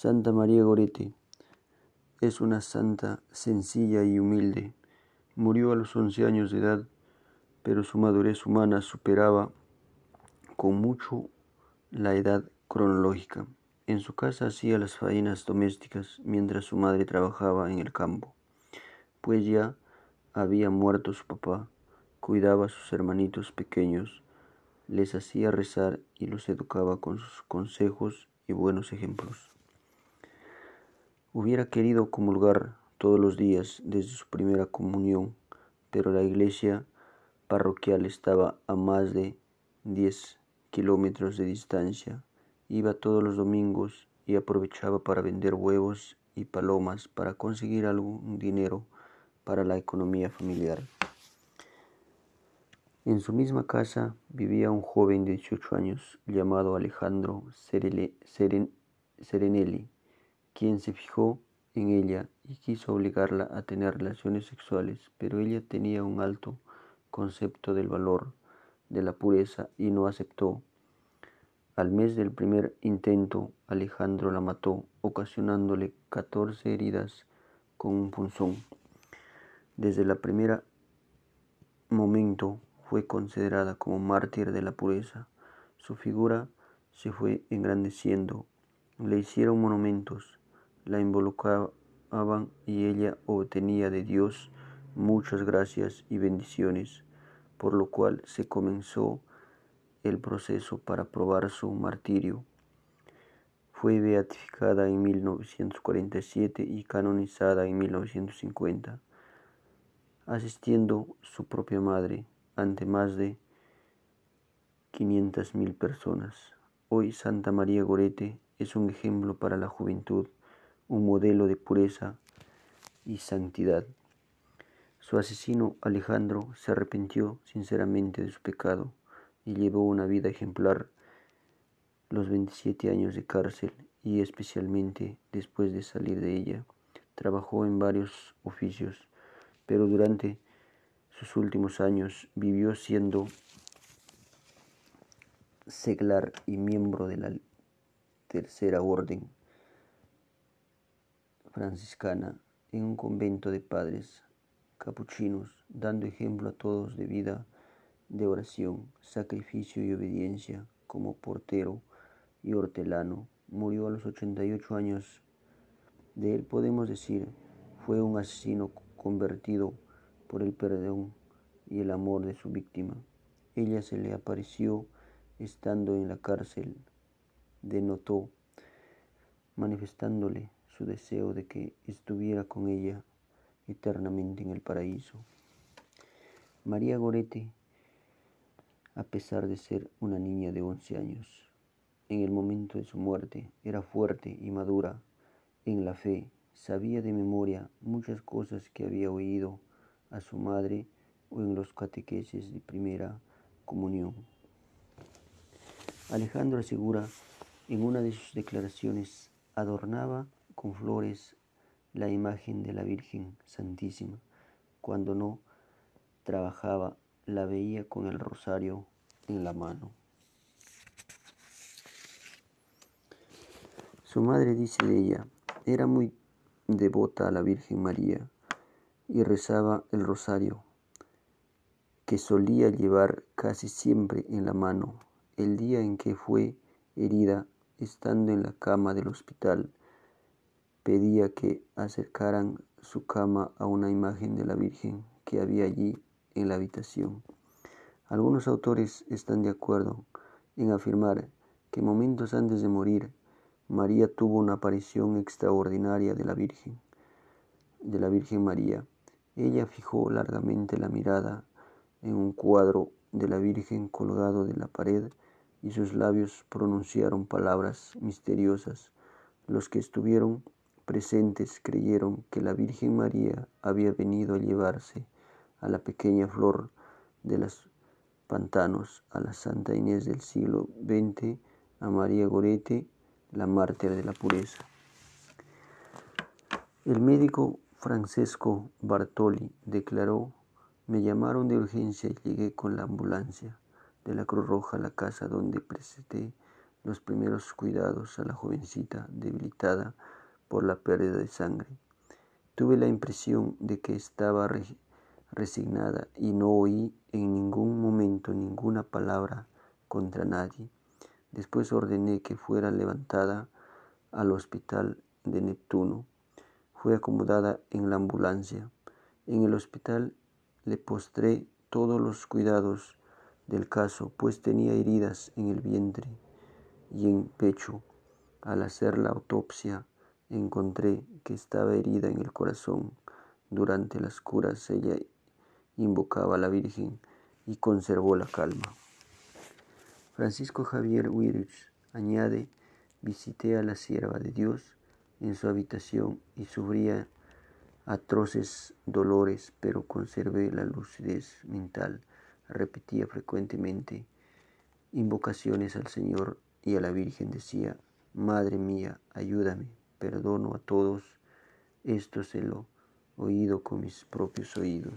Santa María Goretti es una santa sencilla y humilde. Murió a los 11 años de edad, pero su madurez humana superaba con mucho la edad cronológica. En su casa hacía las faenas domésticas mientras su madre trabajaba en el campo, pues ya había muerto su papá. Cuidaba a sus hermanitos pequeños, les hacía rezar y los educaba con sus consejos y buenos ejemplos. Hubiera querido comulgar todos los días desde su primera comunión, pero la iglesia parroquial estaba a más de 10 kilómetros de distancia. Iba todos los domingos y aprovechaba para vender huevos y palomas para conseguir algún dinero para la economía familiar. En su misma casa vivía un joven de 18 años llamado Alejandro Serenelli, quien se fijó en ella y quiso obligarla a tener relaciones sexuales, pero ella tenía un alto concepto del valor de la pureza y no aceptó. Al mes del primer intento, Alejandro la mató, ocasionándole 14 heridas con un punzón. Desde el primer momento fue considerada como mártir de la pureza. Su figura se fue engrandeciendo, le hicieron monumentos, la involucraban y ella obtenía de Dios muchas gracias y bendiciones, por lo cual se comenzó el proceso para probar su martirio. Fue beatificada en 1947 y canonizada en 1950, asistiendo su propia madre ante más de 500.000 personas. Hoy Santa María Goretti es un ejemplo para la juventud, un modelo de pureza y santidad. Su asesino Alejandro se arrepintió sinceramente de su pecado y llevó una vida ejemplar los 27 años de cárcel y especialmente después de salir de ella. Trabajó en varios oficios, pero durante sus últimos años vivió siendo seglar y miembro de la Tercera Orden franciscana en un convento de padres capuchinos, dando ejemplo a todos de vida de oración, sacrificio y obediencia. Como portero y hortelano, murió a los 88 años. De él podemos decir, fue un asesino convertido por el perdón y el amor de su víctima. Ella se le apareció estando en la cárcel, denotó, manifestándole su deseo de que estuviera con ella eternamente en el paraíso. María Goretti, a pesar de ser una niña de 11 años, en el momento de su muerte era fuerte y madura en la fe, sabía de memoria muchas cosas que había oído a su madre o en los catequesis de primera comunión. Alejandro asegura en una de sus declaraciones: adornaba con flores la imagen de la Virgen Santísima. Cuando no trabajaba, la veía con el rosario en la mano. Su madre dice de ella: era muy devota a la Virgen María y rezaba el rosario, que solía llevar casi siempre en la mano. El día en que fue herida, estando en la cama del hospital, pedía que acercaran su cama a una imagen de la Virgen que había allí en la habitación. Algunos autores están de acuerdo en afirmar que momentos antes de morir, María tuvo una aparición extraordinaria de la Virgen María. Ella fijó largamente la mirada en un cuadro de la Virgen colgado de la pared y sus labios pronunciaron palabras misteriosas. Los que estuvieron presentes creyeron que la Virgen María había venido a llevarse a la pequeña Flor de los Pantanos, a la Santa Inés del siglo XX, a María Goretti, la mártir de la pureza. El médico Francesco Bartoli declaró: me llamaron de urgencia y llegué con la ambulancia de la Cruz Roja a la casa donde presté los primeros cuidados a la jovencita debilitada por la pérdida de sangre. Tuve la impresión de que estaba resignada y no oí en ningún momento ninguna palabra contra nadie. Después ordené que fuera levantada al hospital de Neptuno. Fue acomodada en la ambulancia. En el hospital le postré todos los cuidados del caso, pues tenía heridas en el vientre y en pecho. Al hacer la autopsia, encontré que estaba herida en el corazón. Durante las curas ella invocaba a la Virgen y conservó la calma. Francisco Javier Wirich añade: visité a la sierva de Dios en su habitación y sufría atroces dolores, pero conservé la lucidez mental. Repetía frecuentemente invocaciones al Señor y a la Virgen. Decía: Madre mía, ayúdame, perdono a todos. Esto se lo he oído con mis propios oídos.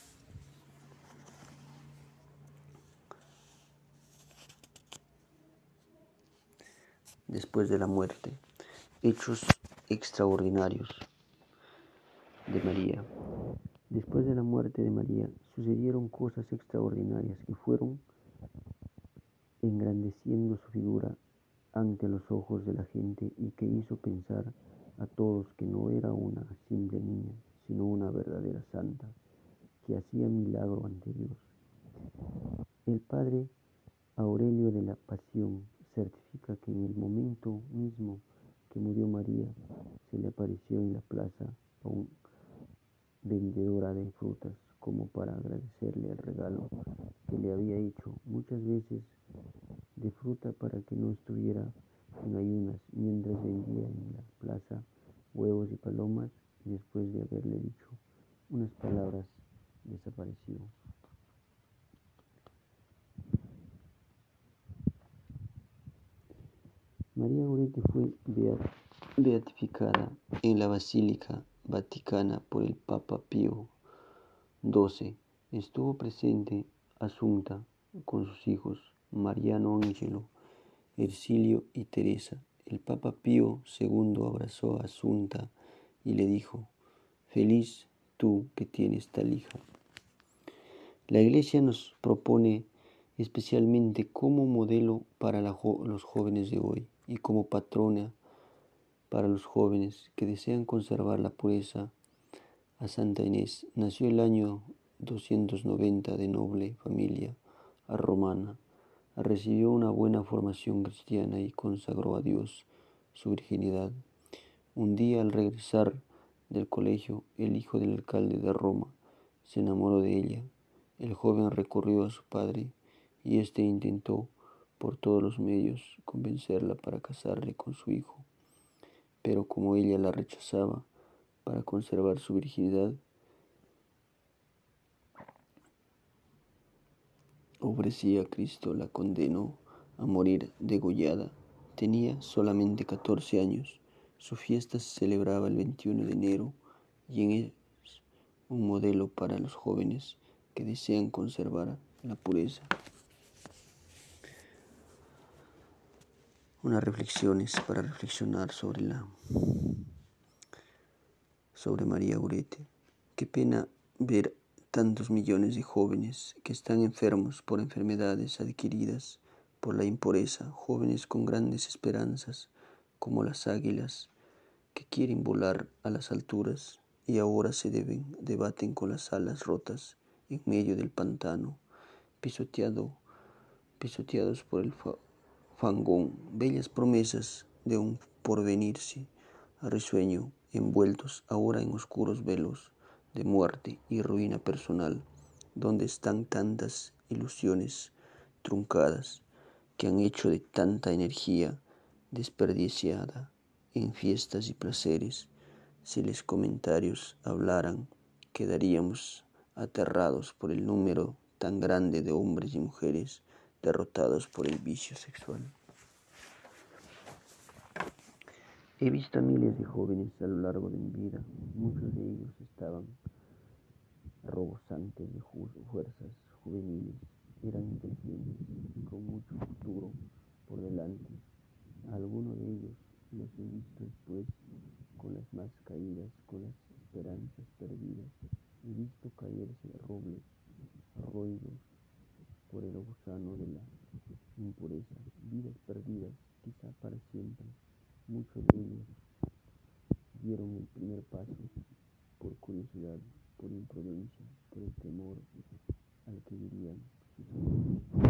Después de la muerte, hechos extraordinarios de María. Después de la muerte de María, sucedieron cosas extraordinarias que fueron engrandeciendo su figura ante los ojos de la gente y que hizo pensar a todos que no era una simple niña, sino una verdadera santa, que hacía milagro ante Dios. El padre Aurelio de la Pasión certifica que en el momento mismo que murió María, se le apareció en la plaza a una vendedora de frutas, como para agradecerle el regalo que le había hecho muchas veces de fruta para que no estuviera en ayunas, mientras vendía en la plaza huevos y palomas, y después de haberle dicho unas palabras desapareció. María Goretti fue beatificada en la Basílica Vaticana por el Papa Pío XII. Estuvo presente Asunta con sus hijos Mariano Ángelo, Ercilio y Teresa. El Papa Pío II abrazó a Asunta y le dijo: feliz tú que tienes tal hija. La Iglesia nos propone especialmente como modelo para los jóvenes de hoy y como patrona para los jóvenes que desean conservar la pureza a Santa Inés. Nació el año 290 de noble familia romana. Recibió una buena formación cristiana y consagró a Dios su virginidad. Un día, al regresar del colegio, el hijo del alcalde de Roma se enamoró de ella. El joven recurrió a su padre y éste intentó por todos los medios convencerla para casarle con su hijo. Pero como ella la rechazaba para conservar su virginidad, ofrecía a Cristo, la condenó a morir degollada. Tenía solamente 14 años. Su fiesta se celebraba el 21 de enero y es un modelo para los jóvenes que desean conservar la pureza. Unas reflexiones para reflexionar sobre María Goretti. Qué pena ver tantos millones de jóvenes que están enfermos por enfermedades adquiridas por la impureza, jóvenes con grandes esperanzas, como las águilas que quieren volar a las alturas y ahora se debaten con las alas rotas en medio del pantano, pisoteados por el fangón, bellas promesas de un porvenirse risueño, envueltos ahora en oscuros velos de muerte y ruina personal. ¿Dónde están tantas ilusiones truncadas que han hecho de tanta energía desperdiciada en fiestas y placeres? Si los comentarios hablaran, quedaríamos aterrados por el número tan grande de hombres y mujeres derrotados por el vicio sexual. He visto a miles de jóvenes a lo largo de mi vida. Muchos de ellos estaban rebosantes de fuerzas juveniles, eran inteligentes y con mucho futuro por delante. A algunos de ellos los he visto después con las más caídas, con las esperanzas perdidas. He visto caerse robles, roídos por el gusano de la impureza, vidas perdidas, quizá para siempre. Muchos de ellos dieron el primer paso por curiosidad, por imprudencia, por el temor al que dirían sus amigos.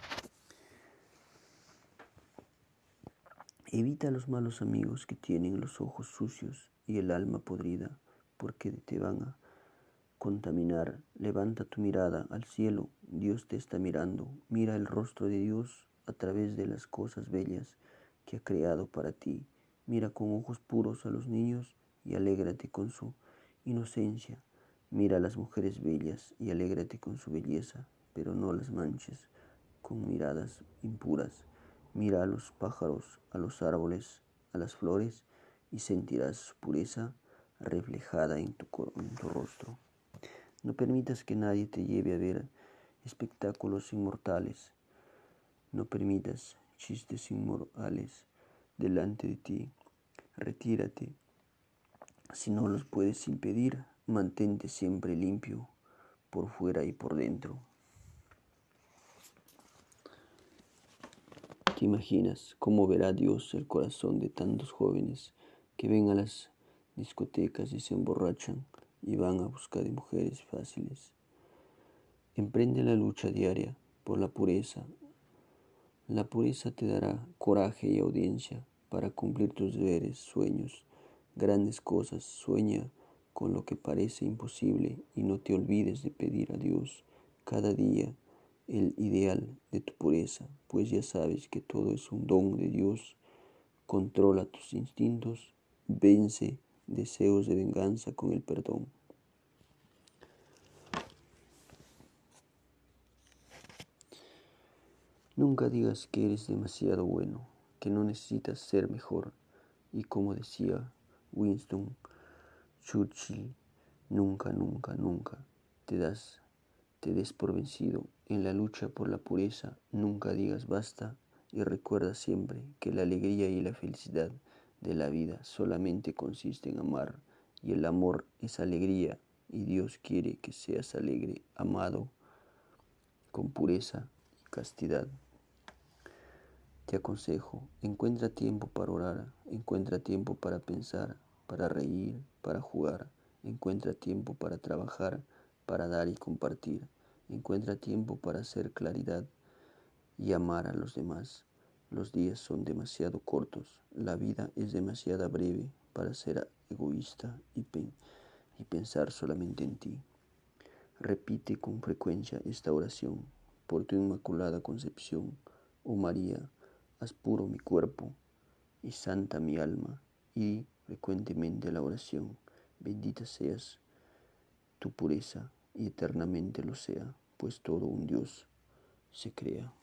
Evita a los malos amigos que tienen los ojos sucios y el alma podrida, porque te van a contaminar. Levanta tu mirada al cielo, Dios te está mirando. Mira el rostro de Dios a través de las cosas bellas que ha creado para ti. Mira con ojos puros a los niños y alégrate con su inocencia. Mira a las mujeres bellas y alégrate con su belleza, pero no las manches con miradas impuras. Mira a los pájaros, a los árboles, a las flores, y sentirás su pureza reflejada en tu rostro. No permitas que nadie te lleve a ver espectáculos inmortales. No permitas chistes inmorales delante de ti. Retírate. Si no los puedes impedir, mantente siempre limpio, por fuera y por dentro. ¿Te imaginas cómo verá Dios el corazón de tantos jóvenes que ven a las discotecas y se emborrachan y van a buscar de mujeres fáciles? Emprende la lucha diaria por la pureza. La pureza te dará coraje y audiencia para cumplir tus deberes, sueños, grandes cosas. Sueña con lo que parece imposible y no te olvides de pedir a Dios cada día el ideal de tu pureza, pues ya sabes que todo es un don de Dios. Controla tus instintos, vence deseos de venganza con el perdón. Nunca digas que eres demasiado bueno, que no necesitas ser mejor. Y como decía Winston Churchill, nunca, nunca, nunca te des por vencido. En la lucha por la pureza, nunca digas basta y recuerda siempre que la alegría y la felicidad de la vida solamente consiste en amar, y el amor es alegría, y Dios quiere que seas alegre, amado, con pureza y castidad. Te aconsejo, encuentra tiempo para orar, encuentra tiempo para pensar, para reír, para jugar, encuentra tiempo para trabajar, para dar y compartir, encuentra tiempo para hacer claridad y amar a los demás. Los días son demasiado cortos, la vida es demasiado breve para ser egoísta y pensar solamente en ti. Repite con frecuencia esta oración: por tu inmaculada concepción, oh María, haz puro mi cuerpo y santa mi alma. Y frecuentemente la oración: bendita seas tu pureza y eternamente lo sea, pues todo un Dios se crea.